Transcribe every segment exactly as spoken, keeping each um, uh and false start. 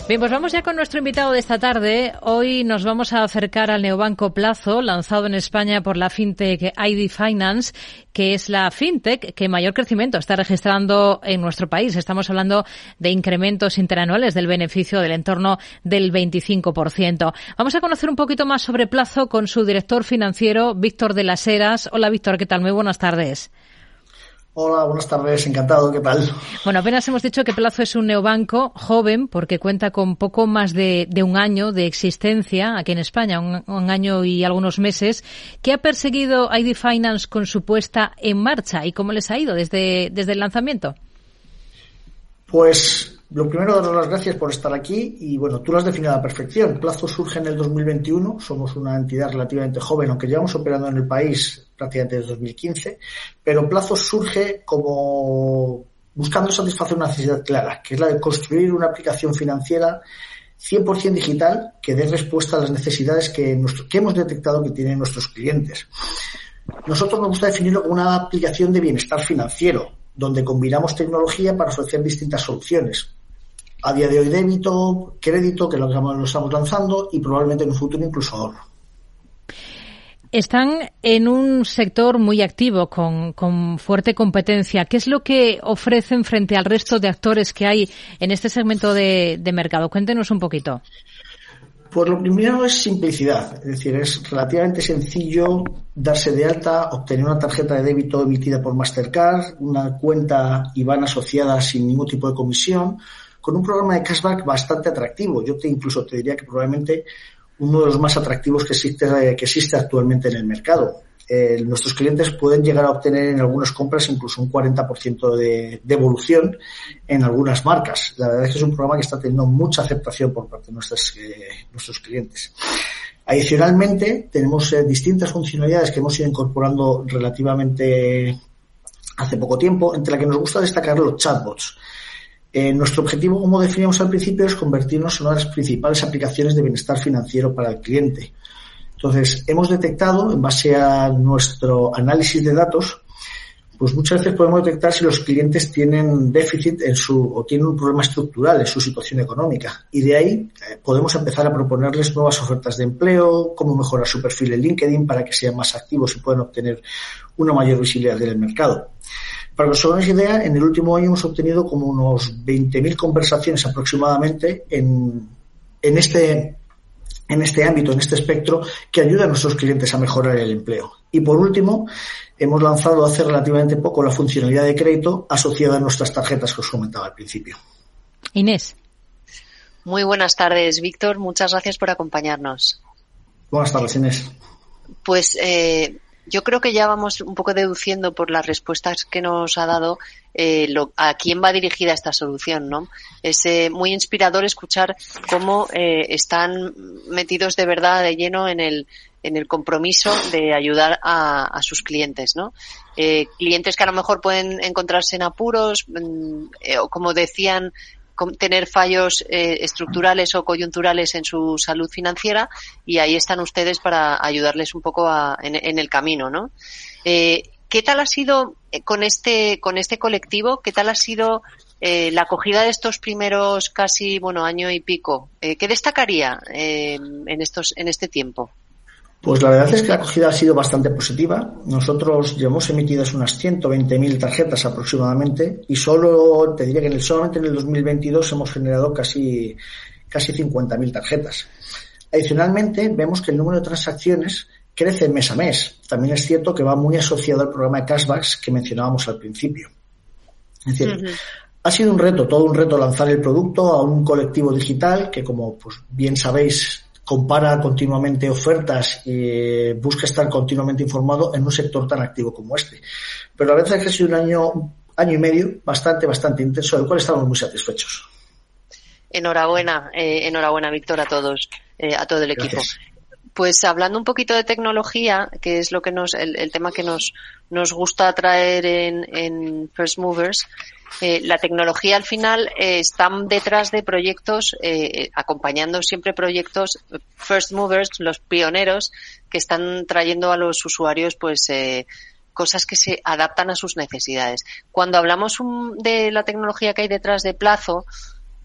Bien, pues vamos ya con nuestro invitado de esta tarde. Hoy nos vamos a acercar al neobanco Plazo, lanzado en España por la fintech I D Finance, que es la fintech que mayor crecimiento está registrando en nuestro país. Estamos hablando de incrementos interanuales del beneficio del entorno del veinticinco por ciento. Vamos a conocer un poquito más sobre Plazo con su director financiero, Víctor de las Heras. Hola, Víctor, ¿qué tal? Muy buenas tardes. Hola, buenas tardes, encantado, ¿qué tal? Bueno, apenas hemos dicho que Plazo es un neobanco joven porque cuenta con poco más de, de un año de existencia aquí en España, un, un año y algunos meses. ¿Qué ha perseguido I D Finance con su puesta en marcha y cómo les ha ido desde, desde el lanzamiento? Pues lo primero, daros las gracias por estar aquí y bueno, tú lo has definido a la perfección. Plazo surge en el dos mil veintiuno, somos una entidad relativamente joven, aunque llevamos operando en el país prácticamente desde dos mil quince, pero Plazo surge como buscando satisfacer una necesidad clara, que es la de construir una aplicación financiera cien por ciento digital que dé respuesta a las necesidades que, nuestro, que hemos detectado que tienen nuestros clientes. Nosotros nos gusta definirlo como una aplicación de bienestar financiero, donde combinamos tecnología para ofrecer distintas soluciones. A día de hoy débito, crédito, que es lo que lo estamos lanzando, y probablemente en un futuro incluso ahorro. Están en un sector muy activo, con, con fuerte competencia. ¿Qué es lo que ofrecen frente al resto de actores que hay en este segmento de, de mercado? Cuéntenos un poquito. Pues lo primero es simplicidad, es decir, es relativamente sencillo darse de alta, obtener una tarjeta de débito emitida por Mastercard, una cuenta I B A N asociada sin ningún tipo de comisión, con un programa de cashback bastante atractivo. Yo te incluso te diría que probablemente uno de los más atractivos que existe, que existe actualmente en el mercado. Eh, nuestros clientes pueden llegar a obtener en algunas compras incluso un cuarenta por ciento de devolución en algunas marcas. La verdad es que es un programa que está teniendo mucha aceptación por parte de nuestros, eh, nuestros clientes. Adicionalmente, tenemos eh, distintas funcionalidades que hemos ido incorporando relativamente hace poco tiempo, entre las que nos gusta destacar los chatbots. Eh, nuestro objetivo, como definíamos al principio, es convertirnos en una de las principales aplicaciones de bienestar financiero para el cliente. Entonces, hemos detectado, en base a nuestro análisis de datos, pues muchas veces podemos detectar si los clientes tienen déficit en su, o tienen un problema estructural en su situación económica. Y de ahí eh, podemos empezar a proponerles nuevas ofertas de empleo, cómo mejorar su perfil en LinkedIn para que sean más activos y puedan obtener una mayor visibilidad en el mercado. Para que os hagáis idea, en el último año hemos obtenido como unos veinte mil conversaciones aproximadamente en, en este en este ámbito, en este espectro, que ayuda a nuestros clientes a mejorar el empleo. Y por último, hemos lanzado hace relativamente poco la funcionalidad de crédito asociada a nuestras tarjetas que os comentaba al principio. Inés. Muy buenas tardes, Víctor. Muchas gracias por acompañarnos. Buenas tardes, Inés. Pues eh, yo creo que ya vamos un poco deduciendo por las respuestas que nos ha dado eh, lo, a quién va dirigida esta solución, ¿no? Es eh, muy inspirador escuchar cómo eh, están metidos de verdad de lleno en el en el compromiso de ayudar a, a sus clientes, ¿no? Eh, clientes que a lo mejor pueden encontrarse en apuros, eh, o como decían, tener fallos eh, estructurales o coyunturales en su salud financiera, y ahí están ustedes para ayudarles un poco a, en, en el camino, ¿no? Eh, ¿Qué tal ha sido con este con este colectivo? ¿Qué tal ha sido eh, la acogida de estos primeros casi, bueno, año y pico? Eh, ¿Qué destacaría eh, en estos en este tiempo? Pues la verdad es que la acogida ha sido bastante positiva. Nosotros llevamos emitidas unas ciento veinte mil tarjetas aproximadamente y solo, te diría que en el, solamente en el dos mil veintidós hemos generado casi, casi cincuenta mil tarjetas. Adicionalmente, vemos que el número de transacciones crece mes a mes. También es cierto que va muy asociado al programa de cashbacks que mencionábamos al principio. Es decir, uh-huh. Ha sido un reto, todo un reto lanzar el producto a un colectivo digital que, como pues bien sabéis, compara continuamente ofertas y busca estar continuamente informado en un sector tan activo como este. Pero la verdad es que ha sido un año, año y medio bastante, bastante intenso, del cual estamos muy satisfechos. Enhorabuena, eh, enhorabuena, Víctor, a todos, eh, a todo el equipo. Gracias. Pues hablando un poquito de tecnología, que es lo que nos, el, el tema que nos, nos gusta traer en, en First Movers, eh, la tecnología al final eh, está detrás de proyectos, eh, acompañando siempre proyectos First Movers, los pioneros, que están trayendo a los usuarios, pues, eh, cosas que se adaptan a sus necesidades. Cuando hablamos un, de la tecnología que hay detrás de Plazo,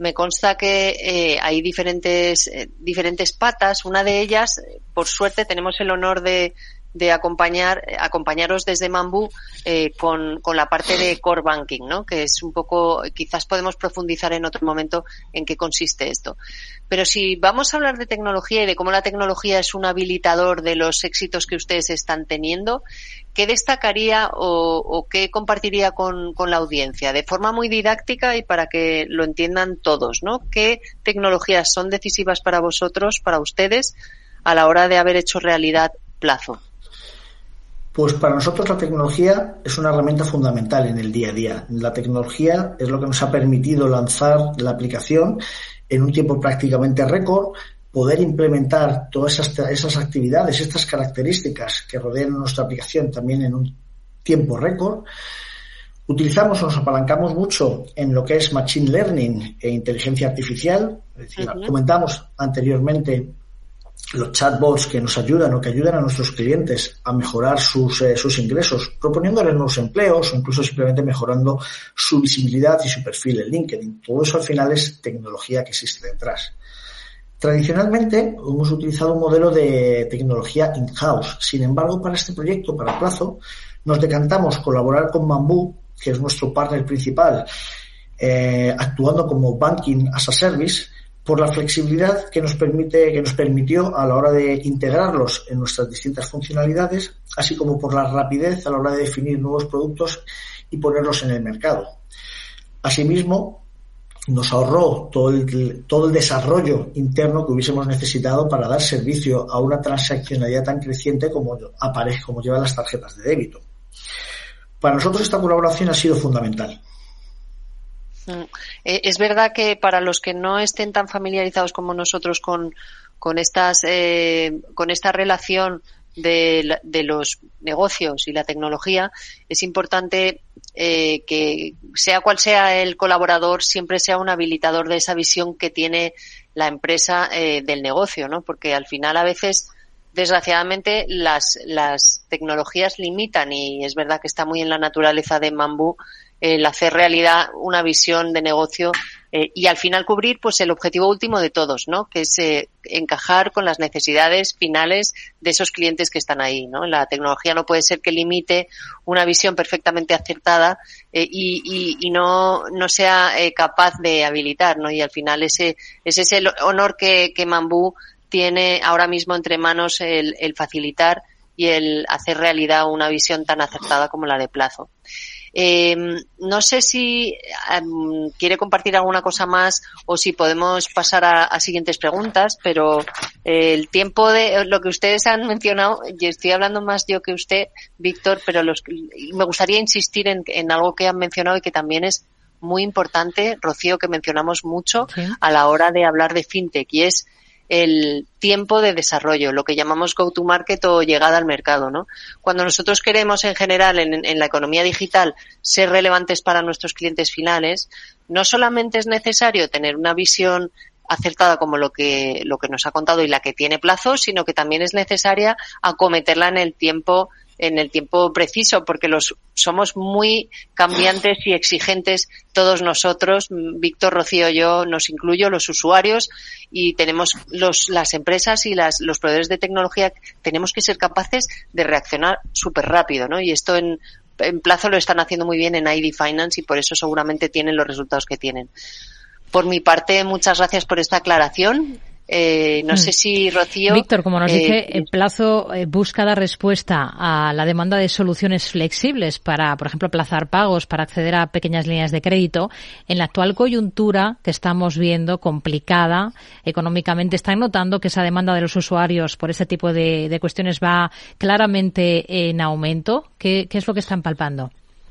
me consta que eh, hay diferentes eh, diferentes patas. Una de ellas, por suerte, tenemos el honor de de acompañar acompañaros desde Mambu eh, con, con la parte de core banking, ¿no? Que es un poco, quizás podemos profundizar en otro momento en qué consiste esto. Pero si vamos a hablar de tecnología y de cómo la tecnología es un habilitador de los éxitos que ustedes están teniendo, ¿qué destacaría o, o qué compartiría con, con la audiencia? De forma muy didáctica y para que lo entiendan todos, ¿no? ¿Qué tecnologías son decisivas para vosotros, para ustedes, a la hora de haber hecho realidad Plazo? Pues para nosotros la tecnología es una herramienta fundamental en el día a día. La tecnología es lo que nos ha permitido lanzar la aplicación en un tiempo prácticamente récord, poder implementar todas esas, esas actividades, estas características que rodean nuestra aplicación también en un tiempo récord. Utilizamos o nos apalancamos mucho en lo que es Machine Learning e inteligencia artificial. Es decir, uh-huh. Comentamos anteriormente los chatbots que nos ayudan o que ayudan a nuestros clientes a mejorar sus, eh, sus ingresos, proponiéndoles nuevos empleos o incluso simplemente mejorando su visibilidad y su perfil en LinkedIn. Todo eso al final es tecnología que existe detrás. Tradicionalmente hemos utilizado un modelo de tecnología in-house. Sin embargo, para este proyecto, para Plazo, nos decantamos colaborar con Mambu, que es nuestro partner principal, eh, actuando como Banking as a Service, por la flexibilidad que nos permite, que nos permitió a la hora de integrarlos en nuestras distintas funcionalidades, así como por la rapidez a la hora de definir nuevos productos y ponerlos en el mercado. Asimismo, nos ahorró todo el, todo el desarrollo interno que hubiésemos necesitado para dar servicio a una transaccionalidad tan creciente como aparece, como llevan las tarjetas de débito. Para nosotros esta colaboración ha sido fundamental. Es verdad que para los que no estén tan familiarizados como nosotros con, con estas, eh, con esta relación de, de los negocios y la tecnología, es importante eh, que sea cual sea el colaborador, siempre sea un habilitador de esa visión que tiene la empresa eh, del negocio, ¿no? Porque al final a veces, desgraciadamente, las, las tecnologías limitan, y es verdad que está muy en la naturaleza de Mambu el hacer realidad una visión de negocio eh, y al final cubrir pues el objetivo último de todos, ¿no? Que es eh, encajar con las necesidades finales de esos clientes que están ahí, ¿no? La tecnología no puede ser que limite una visión perfectamente acertada eh, y, y, y no no sea eh, capaz de habilitar, ¿no? Y al final ese ese es el honor que, que Mambu tiene ahora mismo entre manos, el, el facilitar y el hacer realidad una visión tan acertada como la de Plazo. Eh, no sé si um, quiere compartir alguna cosa más o si podemos pasar a, a siguientes preguntas, pero eh, el tiempo de lo que ustedes han mencionado, y estoy hablando más yo que usted, Víctor, pero los, me gustaría insistir en, en algo que han mencionado y que también es muy importante, Rocío, que mencionamos mucho sí. a la hora de hablar de fintech, y es el tiempo de desarrollo, lo que llamamos go to market o llegada al mercado, ¿no? Cuando nosotros queremos en general en, en la economía digital ser relevantes para nuestros clientes finales, no solamente es necesario tener una visión acertada como lo que lo que nos ha contado y la que tiene Plazo, sino que también es necesaria acometerla en el tiempo en el tiempo preciso, porque los somos muy cambiantes y exigentes todos nosotros, Víctor, Rocío, yo, nos incluyo, los usuarios, y tenemos los las empresas y las los proveedores de tecnología, tenemos que ser capaces de reaccionar súper rápido, ¿no? Y esto en, en Plazo lo están haciendo muy bien en I D Finance y por eso seguramente tienen los resultados que tienen. Por mi parte, muchas gracias por esta aclaración. Eh, no sé si, Rocío... Víctor, como nos eh, dice, el Plazo eh, busca dar respuesta a la demanda de soluciones flexibles para, por ejemplo, aplazar pagos, para acceder a pequeñas líneas de crédito. En la actual coyuntura que estamos viendo, complicada económicamente, ¿están notando que esa demanda de los usuarios por este tipo de, de cuestiones va claramente en aumento? ¿Qué, qué es lo que están palpando?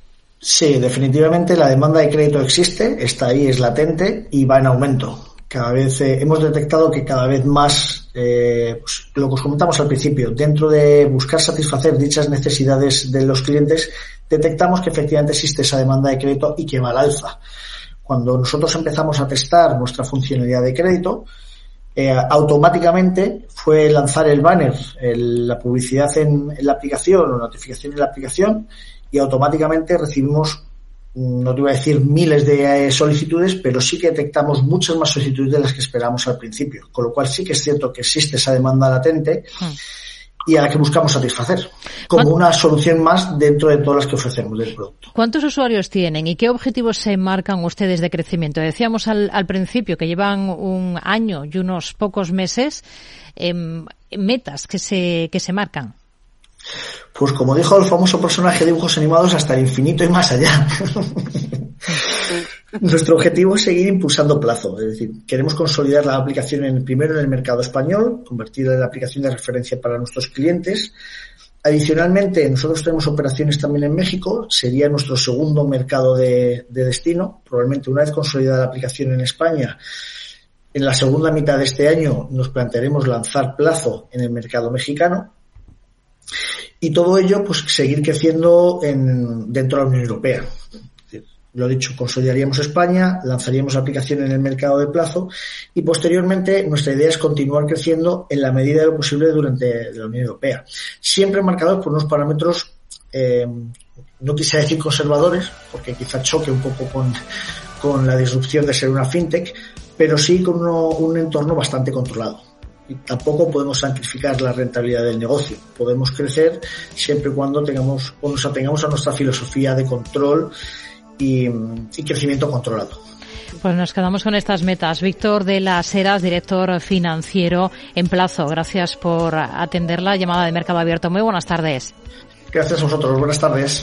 Sí, definitivamente la demanda de crédito existe, está ahí, es latente y va en aumento. Cada vez eh, hemos detectado que cada vez más, eh, pues, lo que os comentamos al principio, dentro de buscar satisfacer dichas necesidades de los clientes, detectamos que efectivamente existe esa demanda de crédito y que va al alza. Cuando nosotros empezamos a testar nuestra funcionalidad de crédito, eh, automáticamente fue lanzar el banner, el, la publicidad en, en la aplicación o notificación en la aplicación, y automáticamente recibimos no te iba a decir miles de solicitudes, pero sí que detectamos muchas más solicitudes de las que esperábamos al principio, con lo cual sí que es cierto que existe esa demanda latente y a la que buscamos satisfacer, como una solución más dentro de todas las que ofrecemos del producto. ¿Cuántos usuarios tienen y qué objetivos se marcan ustedes de crecimiento? Decíamos al, al principio que llevan un año y unos pocos meses, eh, metas que se, que se marcan. Pues como dijo el famoso personaje de dibujos animados, hasta el infinito y más allá. Nuestro objetivo es seguir impulsando Plazo, es decir, queremos consolidar la aplicación en, primero en el mercado español, convertirla en la aplicación de referencia para nuestros clientes. Adicionalmente, nosotros tenemos operaciones también en México, sería nuestro segundo mercado de, de destino. Probablemente una vez consolidada la aplicación en España, en la segunda mitad de este año nos plantearemos lanzar Plazo en el mercado mexicano. Y todo ello, pues seguir creciendo en, dentro de la Unión Europea. Lo dicho, consolidaríamos España, lanzaríamos la aplicación en el mercado de Plazo y posteriormente nuestra idea es continuar creciendo en la medida de lo posible durante la Unión Europea. Siempre marcados por unos parámetros, eh, no quisiera decir conservadores, porque quizá choque un poco con, con la disrupción de ser una fintech, pero sí con uno, un entorno bastante controlado. Y tampoco podemos sacrificar la rentabilidad del negocio. Podemos crecer siempre y cuando tengamos o nos atengamos a nuestra filosofía de control y, y crecimiento controlado. Pues nos quedamos con estas metas. Víctor de las Heras, director financiero en Plazo. Gracias por atender la llamada de Mercado Abierto. Muy buenas tardes. Gracias a vosotros. Buenas tardes.